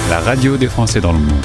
la radio des Français dans le monde.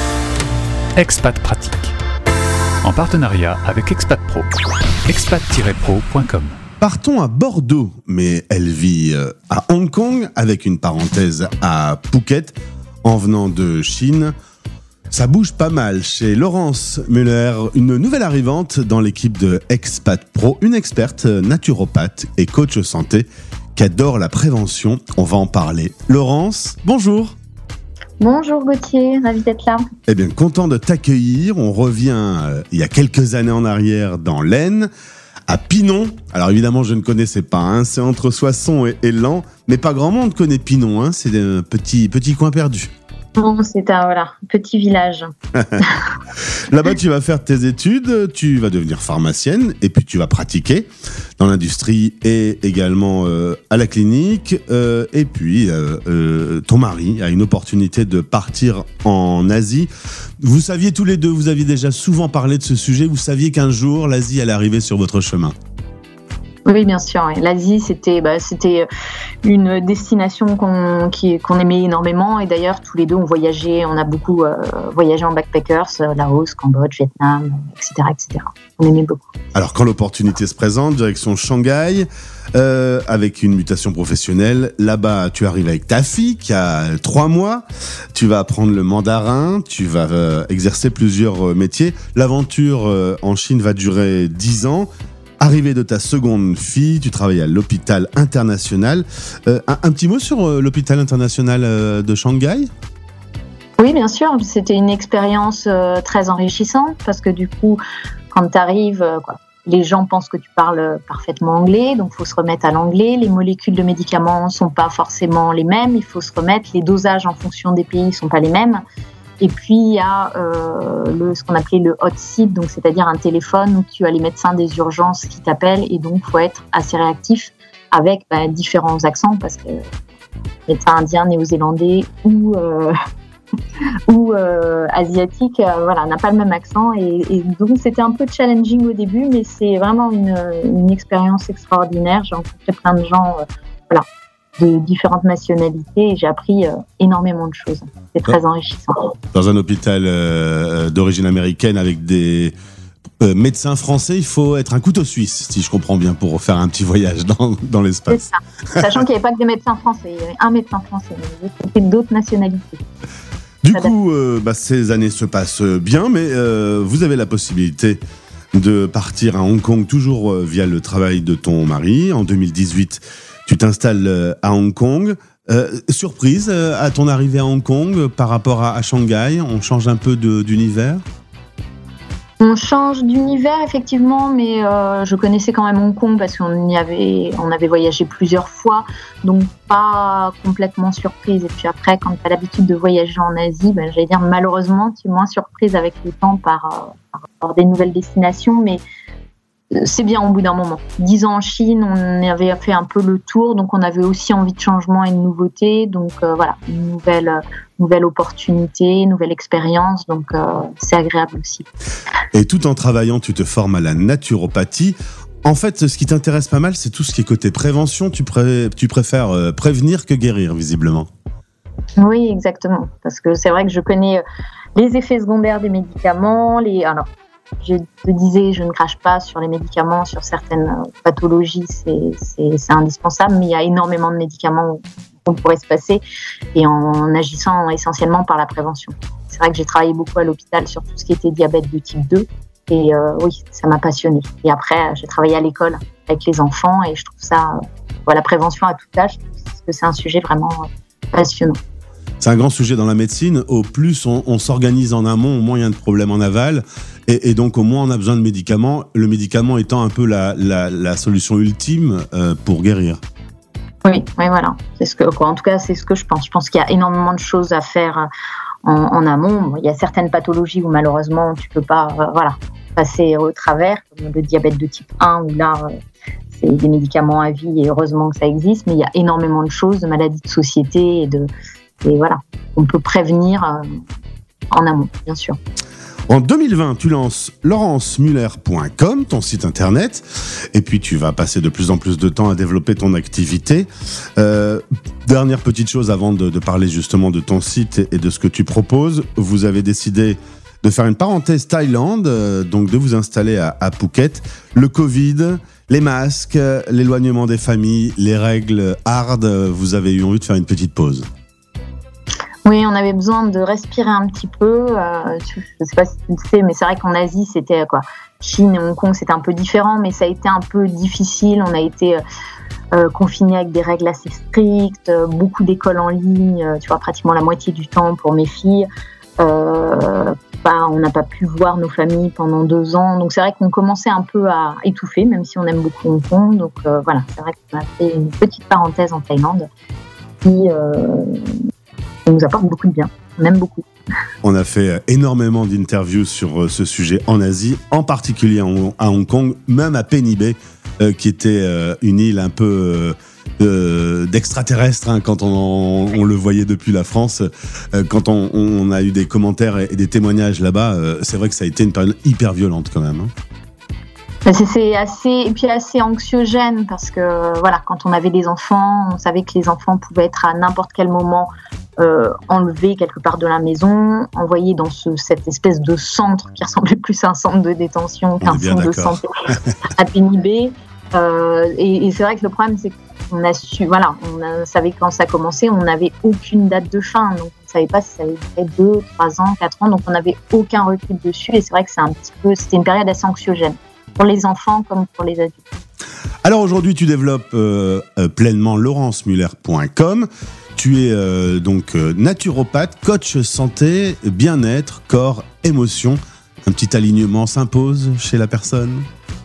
Expat Pratique, en partenariat avec Expat Pro, expat-pro.com. Partons à Bordeaux, mais elle vit à Hong Kong, avec une parenthèse à Phuket, en venant de Chine. Ça bouge pas mal chez Laurence Muller, une nouvelle arrivante dans l'équipe de Expat Pro, une experte naturopathe et coach santé qui adore la prévention. On va en parler. Laurence, bonjour. Bonjour Gauthier, ravi d'être là. Eh bien, content de t'accueillir. On revient il y a quelques années en arrière dans l'Aisne, à Pinon. Alors évidemment, je ne connaissais pas, c'est entre Soissons et Laon, mais pas grand monde connaît Pinon, c'est un petit coin perdu. Bon, c'est un petit village. Là-bas, tu vas faire tes études, tu vas devenir pharmacienne et puis tu vas pratiquer dans l'industrie et également à la clinique. Et puis, ton mari a une opportunité de partir en Asie. Vous saviez tous les deux, vous aviez déjà souvent parlé de ce sujet, vous saviez qu'un jour, l'Asie allait arriver sur votre chemin. Oui, bien sûr. L'Asie, c'était une destination qu'on aimait énormément. Et d'ailleurs, tous les deux, on a beaucoup voyagé en backpackers, Laos, Cambodge, Vietnam, etc. On aimait beaucoup. Alors, quand l'opportunité se présente, direction Shanghai, avec une mutation professionnelle, là-bas, tu arrives avec ta fille qui a 3 mois. Tu vas apprendre le mandarin, tu vas exercer plusieurs métiers. L'aventure en Chine va durer 10 ans. Arrivée de ta seconde fille, tu travailles à l'hôpital international. Un petit mot sur l'hôpital international de Shanghai ? Oui, bien sûr. C'était une expérience très enrichissante parce que du coup, quand tu arrives, les gens pensent que tu parles parfaitement anglais, donc il faut se remettre à l'anglais. Les molécules de médicaments ne sont pas forcément les mêmes, il faut se remettre. Les dosages en fonction des pays ne sont pas les mêmes. Et puis, il y a ce qu'on appelait le hot seat, donc c'est-à-dire un téléphone où tu as les médecins des urgences qui t'appellent et donc il faut être assez réactif avec différents accents parce que médecin indien, néo-zélandais ou asiatique, n'a pas le même accent et donc c'était un peu challenging au début, mais c'est vraiment une expérience extraordinaire. J'ai rencontré plein de gens, de différentes nationalités et j'ai appris énormément de choses. C'est très enrichissant. Dans un hôpital d'origine américaine avec des médecins français, il faut être un couteau suisse, si je comprends bien, pour faire un petit voyage dans l'espace. C'est ça. Sachant qu'il n'y avait pas que des médecins français, il y avait un médecin français, c'était d'autres nationalités. Du coup, ces années se passent bien, mais vous avez la possibilité de partir à Hong Kong, toujours via le travail de ton mari. En 2018, tu t'installes à Hong Kong. Surprise à ton arrivée à Hong Kong par rapport à Shanghai, on change un peu d'univers ? On change d'univers effectivement, mais je connaissais quand même Hong Kong parce qu'on avait voyagé plusieurs fois, donc pas complètement surprise. Et puis après, quand tu as l'habitude de voyager en Asie, j'allais dire malheureusement, tu es moins surprise avec le temps par des nouvelles destinations, mais c'est bien au bout d'un moment. 10 ans en Chine, on avait fait un peu le tour, donc on avait aussi envie de changement et de nouveauté. Donc une nouvelle opportunité, nouvelle expérience, donc c'est agréable aussi. Et tout en travaillant, tu te formes à la naturopathie. En fait, ce qui t'intéresse pas mal, c'est tout ce qui est côté prévention. Tu préfères prévenir que guérir, visiblement. Oui, exactement. Parce que c'est vrai que je connais les effets secondaires des médicaments, je te disais, je ne crache pas sur les médicaments, sur certaines pathologies, c'est indispensable, mais il y a énormément de médicaments qu'on pourrait se passer et en agissant essentiellement par la prévention. C'est vrai que j'ai travaillé beaucoup à l'hôpital sur tout ce qui était diabète de type 2 et oui, ça m'a passionnée. Et après, j'ai travaillé à l'école avec les enfants et je trouve ça, la prévention à tout âge, parce que c'est un sujet vraiment passionnant. C'est un grand sujet dans la médecine. Au plus on s'organise en amont, au moins il y a de problèmes en aval. Et donc au moins on a besoin de médicaments. Le médicament étant un peu la solution ultime pour guérir. Oui, voilà. En tout cas, c'est ce que je pense. Je pense qu'il y a énormément de choses à faire en amont. Il y a certaines pathologies où malheureusement tu peux pas passer au travers, comme le diabète de type 1 où là c'est des médicaments à vie et heureusement que ça existe. Mais il y a énormément de choses, de maladies de société et on peut prévenir en amont, bien sûr. En 2020, tu lances laurencemuller.com, ton site internet, et puis tu vas passer de plus en plus de temps à développer ton activité. Dernière petite chose avant de parler justement de ton site et de ce que tu proposes. Vous avez décidé de faire une parenthèse Thaïlande, donc de vous installer à Phuket. Le Covid, les masques, l'éloignement des familles, les règles hard, vous avez eu envie de faire une petite pause. Oui, on avait besoin de respirer un petit peu. Je ne sais pas si tu le sais, mais c'est vrai qu'en Asie, c'était Chine et Hong Kong, c'était un peu différent, mais ça a été un peu difficile. On a été confinés avec des règles assez strictes, beaucoup d'écoles en ligne, pratiquement la moitié du temps pour mes filles. On n'a pas pu voir nos familles pendant 2 ans. Donc c'est vrai qu'on commençait un peu à étouffer, même si on aime beaucoup Hong Kong. Donc voilà, c'est vrai qu'on a fait une petite parenthèse en Thaïlande qui nous apporte beaucoup de bien. On aime beaucoup. On a fait énormément d'interviews sur ce sujet en Asie, en particulier à Hong Kong, même à Penny Bay, qui était une île un peu d'extraterrestre, hein, quand on le voyait depuis la France. Quand on a eu des commentaires et des témoignages là-bas, c'est vrai que ça a été une période hyper violente quand même. C'est assez anxiogène parce que voilà, quand on avait des enfants, on savait que les enfants pouvaient être à n'importe quel moment enlevés quelque part de la maison, envoyés dans cette espèce de centre qui ressemblait plus à un centre de détention qu'un centre de santé à Penny Bay. Et c'est vrai que le problème, c'est qu'on savait quand ça commençait, on n'avait aucune date de fin, donc on ne savait pas si ça allait durer 2, 3 ans, 4 ans, donc on n'avait aucun recul dessus, et c'est vrai que c'était une période assez anxiogène, pour les enfants comme pour les adultes. Alors aujourd'hui, tu développes pleinement laurencemuller.com. Tu es donc naturopathe, coach santé, bien-être, corps, émotion. Un petit alignement s'impose chez la personne ?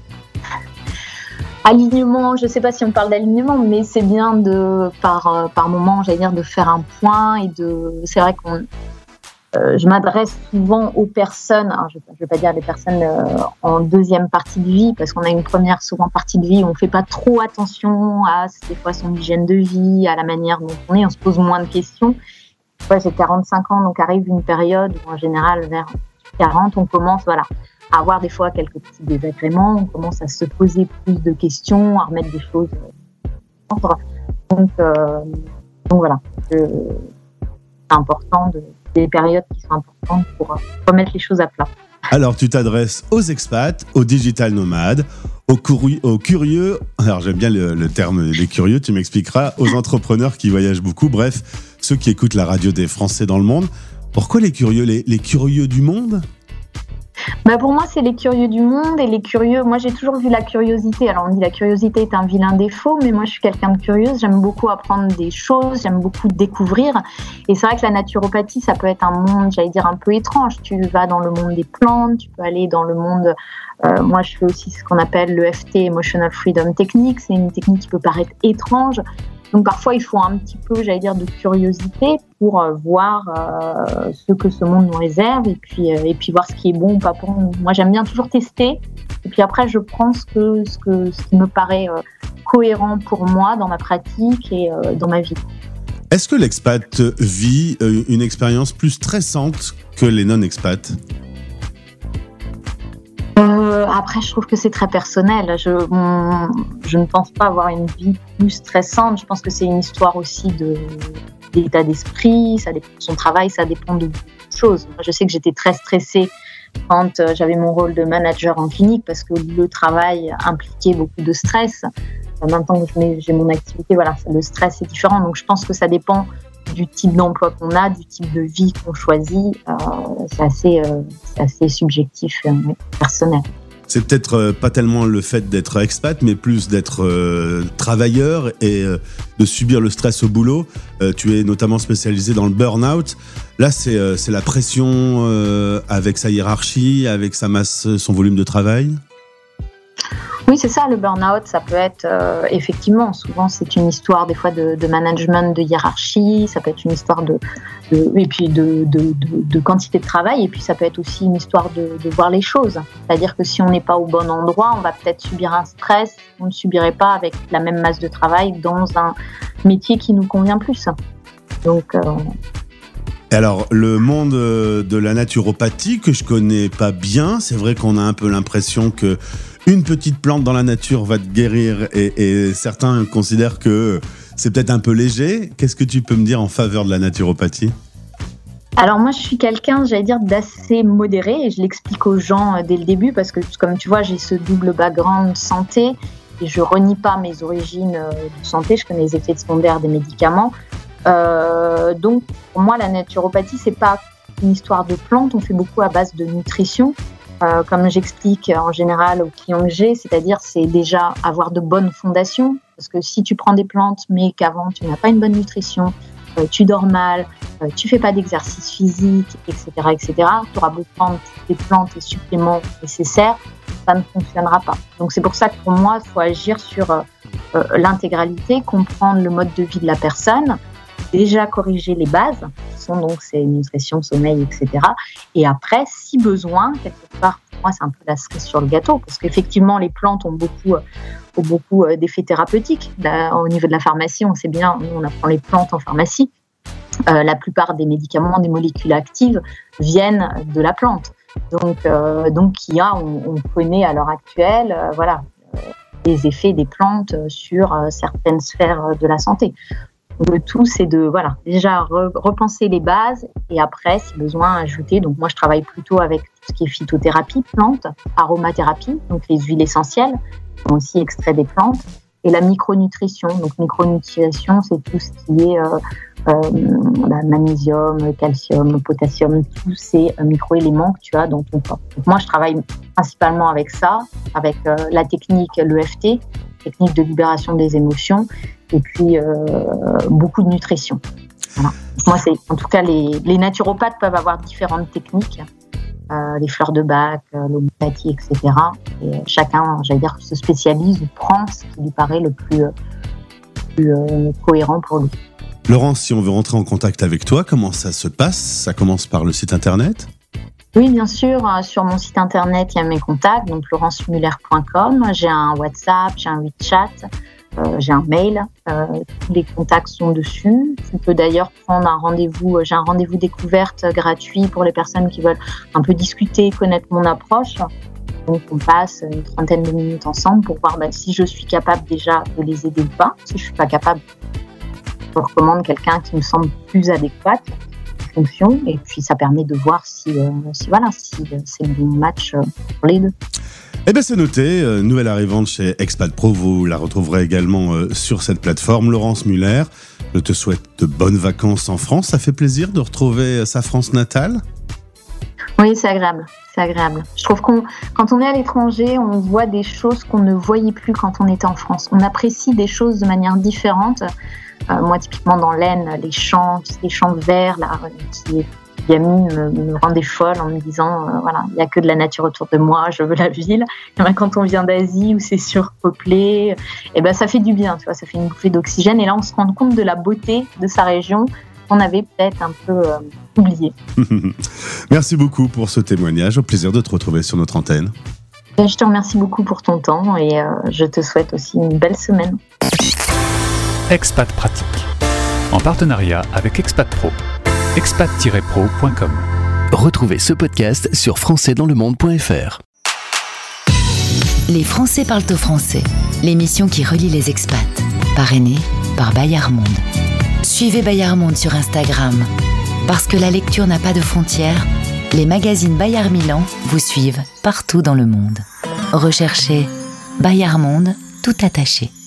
Alignement, je ne sais pas si on parle d'alignement, mais c'est bien par moment, j'allais dire, de faire un point c'est vrai que je m'adresse souvent aux personnes, alors je ne vais pas dire les personnes en deuxième partie de vie, parce qu'on a une première souvent partie de vie où on ne fait pas trop attention à des fois son hygiène de vie, à la manière dont on se pose moins de questions. Moi, j'ai 45 ans, donc arrive une période où en général vers 40, on commence à avoir des fois quelques petits désagréments, on commence à se poser plus de questions, à remettre des choses en ordre. Donc voilà, c'est important des périodes qui sont importantes pour remettre les choses à plat. Alors tu t'adresses aux expats, aux digital nomades, aux curieux, alors j'aime bien le terme des curieux, tu m'expliqueras, aux entrepreneurs qui voyagent beaucoup, bref, ceux qui écoutent la radio des Français dans le monde. Pourquoi les curieux, les curieux du monde ? Pour moi, c'est les curieux du monde et les curieux. Moi, j'ai toujours vu la curiosité. Alors, on dit la curiosité est un vilain défaut, mais moi, je suis quelqu'un de curieuse. J'aime beaucoup apprendre des choses, j'aime beaucoup découvrir. Et c'est vrai que la naturopathie, ça peut être un monde, j'allais dire, un peu étrange. Tu vas dans le monde des plantes, tu peux aller dans le monde... moi, je fais aussi ce qu'on appelle l'EFT, Emotional Freedom Technique. C'est une technique qui peut paraître étrange. Donc parfois, il faut un petit peu, j'allais dire, de curiosité pour voir ce que ce monde nous réserve et puis voir ce qui est bon ou pas pour nous. Moi, j'aime bien toujours tester et puis après, je prends ce qui me paraît cohérent pour moi dans ma pratique et dans ma vie. Est-ce que l'expat vit une expérience plus stressante que les non-expats ? Après, je trouve que c'est très personnel. Je ne pense pas avoir une vie plus stressante. Je pense que c'est une histoire aussi d'état d'esprit. Ça dépend de son travail, ça dépend de beaucoup de choses. Je sais que j'étais très stressée quand j'avais mon rôle de manager en clinique parce que le travail impliquait beaucoup de stress. Maintenant que j'ai mon activité, le stress est différent. Donc, je pense que ça dépend du type d'emploi qu'on a, du type de vie qu'on choisit. C'est assez subjectif, personnel. C'est peut-être pas tellement le fait d'être expat, mais plus d'être travailleur et de subir le stress au boulot. Tu es notamment spécialisé dans le burn-out. Là, c'est la pression avec sa hiérarchie, avec sa masse, son volume de travail. Oui, c'est ça, le burn-out, ça peut être effectivement, souvent c'est une histoire des fois de management, de hiérarchie, ça peut être une histoire de quantité de travail, et puis ça peut être aussi une histoire de voir les choses. C'est-à-dire que si on n'est pas au bon endroit, on va peut-être subir un stress qu'on ne subirait pas avec la même masse de travail dans un métier qui nous convient plus. Donc... Alors, le monde de la naturopathie que je connais pas bien, c'est vrai qu'on a un peu l'impression que une petite plante dans la nature va te guérir et certains considèrent que c'est peut-être un peu léger. Qu'est-ce que tu peux me dire en faveur de la naturopathie ? Alors moi, je suis quelqu'un, j'allais dire, d'assez modéré et je l'explique aux gens dès le début parce que, comme tu vois, j'ai ce double background santé et je renie pas mes origines de santé. Je connais les effets secondaires des médicaments. Donc, pour moi, la naturopathie, c'est pas une histoire de plantes. On fait beaucoup à base de nutrition. Comme j'explique en général aux clients que j'ai, c'est-à-dire c'est déjà avoir de bonnes fondations. Parce que si tu prends des plantes, mais qu'avant tu n'as pas une bonne nutrition, tu dors mal, tu fais pas d'exercice physique, etc., tu auras beau prendre toutes les plantes et suppléments nécessaires, ça ne fonctionnera pas. Donc c'est pour ça que pour moi, il faut agir sur l'intégralité, comprendre le mode de vie de la personne, déjà corriger les bases, qui sont donc ces nutrition, sommeil, etc. Et après, si besoin, quelque part, pour moi, c'est un peu la cerise sur le gâteau, parce qu'effectivement, les plantes ont beaucoup d'effets thérapeutiques. Là, au niveau de la pharmacie, on sait bien, nous, on apprend les plantes en pharmacie. La plupart des médicaments, des molécules actives viennent de la plante. Donc on connaît à l'heure actuelle, les effets des plantes sur certaines sphères de la santé. Le tout, c'est de déjà repenser les bases et après, si besoin, ajouter. Donc moi, je travaille plutôt avec tout ce qui est phytothérapie, plantes, aromathérapie, donc les huiles essentielles, qui sont aussi extraits des plantes, et la micronutrition. Donc micronutrition, c'est tout ce qui est magnésium, calcium, potassium, tous ces microéléments que tu as dans ton corps. Donc moi, je travaille principalement avec ça, avec la technique, l'EFT, technique de libération des émotions, et puis beaucoup de nutrition. Voilà. Moi, en tout cas, les naturopathes peuvent avoir différentes techniques, les fleurs de Bach, l'homéopathie, etc. Et chacun, se spécialise ou prend ce qui lui paraît le plus cohérent pour lui. Laurence, si on veut rentrer en contact avec toi, comment ça se passe ? Ça commence par le site internet ? Oui, bien sûr. Sur mon site internet, il y a mes contacts, donc laurencemuller.com. J'ai un WhatsApp, j'ai un WeChat, j'ai un mail. Tous les contacts sont dessus. Tu peux d'ailleurs prendre un rendez-vous. J'ai un rendez-vous découverte gratuit pour les personnes qui veulent un peu discuter, connaître mon approche. Donc, on passe une trentaine de minutes ensemble pour voir si je suis capable déjà de les aider ou pas. Si je suis pas capable, je recommande quelqu'un qui me semble plus adéquat en fonction. Et puis, ça permet de voir si c'est le bon match pour les deux. Eh bien, c'est noté. Nouvelle arrivante chez Expat Pro. Vous la retrouverez également sur cette plateforme. Laurence Muller, je te souhaite de bonnes vacances en France. Ça fait plaisir de retrouver sa France natale ? Oui, c'est agréable. C'est agréable. Je trouve quand on est à l'étranger, on voit des choses qu'on ne voyait plus quand on était en France. On apprécie des choses de manière différente. Moi, typiquement dans l'Aisne, les champs verts, là, qui gamine me rendait folle en me disant il n'y a que de la nature autour de moi, je veux la ville. Et quand on vient d'Asie où c'est surpeuplé, ça fait du bien, tu vois, ça fait une bouffée d'oxygène. Et là, on se rend compte de la beauté de sa région qu'on avait peut-être un peu oublié. Merci beaucoup pour ce témoignage. Au plaisir de te retrouver sur notre antenne. Je te remercie beaucoup pour ton temps et je te souhaite aussi une belle semaine. Expat Pratique, en partenariat avec Expat Pro. expat-pro.com. Retrouvez ce podcast sur françaisdanslemonde.fr. Les Français parlent au français, l'émission qui relie les expats, parrainée par Bayard Monde. Suivez Bayard Monde sur Instagram. Parce que la lecture n'a pas de frontières, les magazines Bayard Milan vous suivent partout dans le monde. Recherchez Bayard Monde, tout attaché.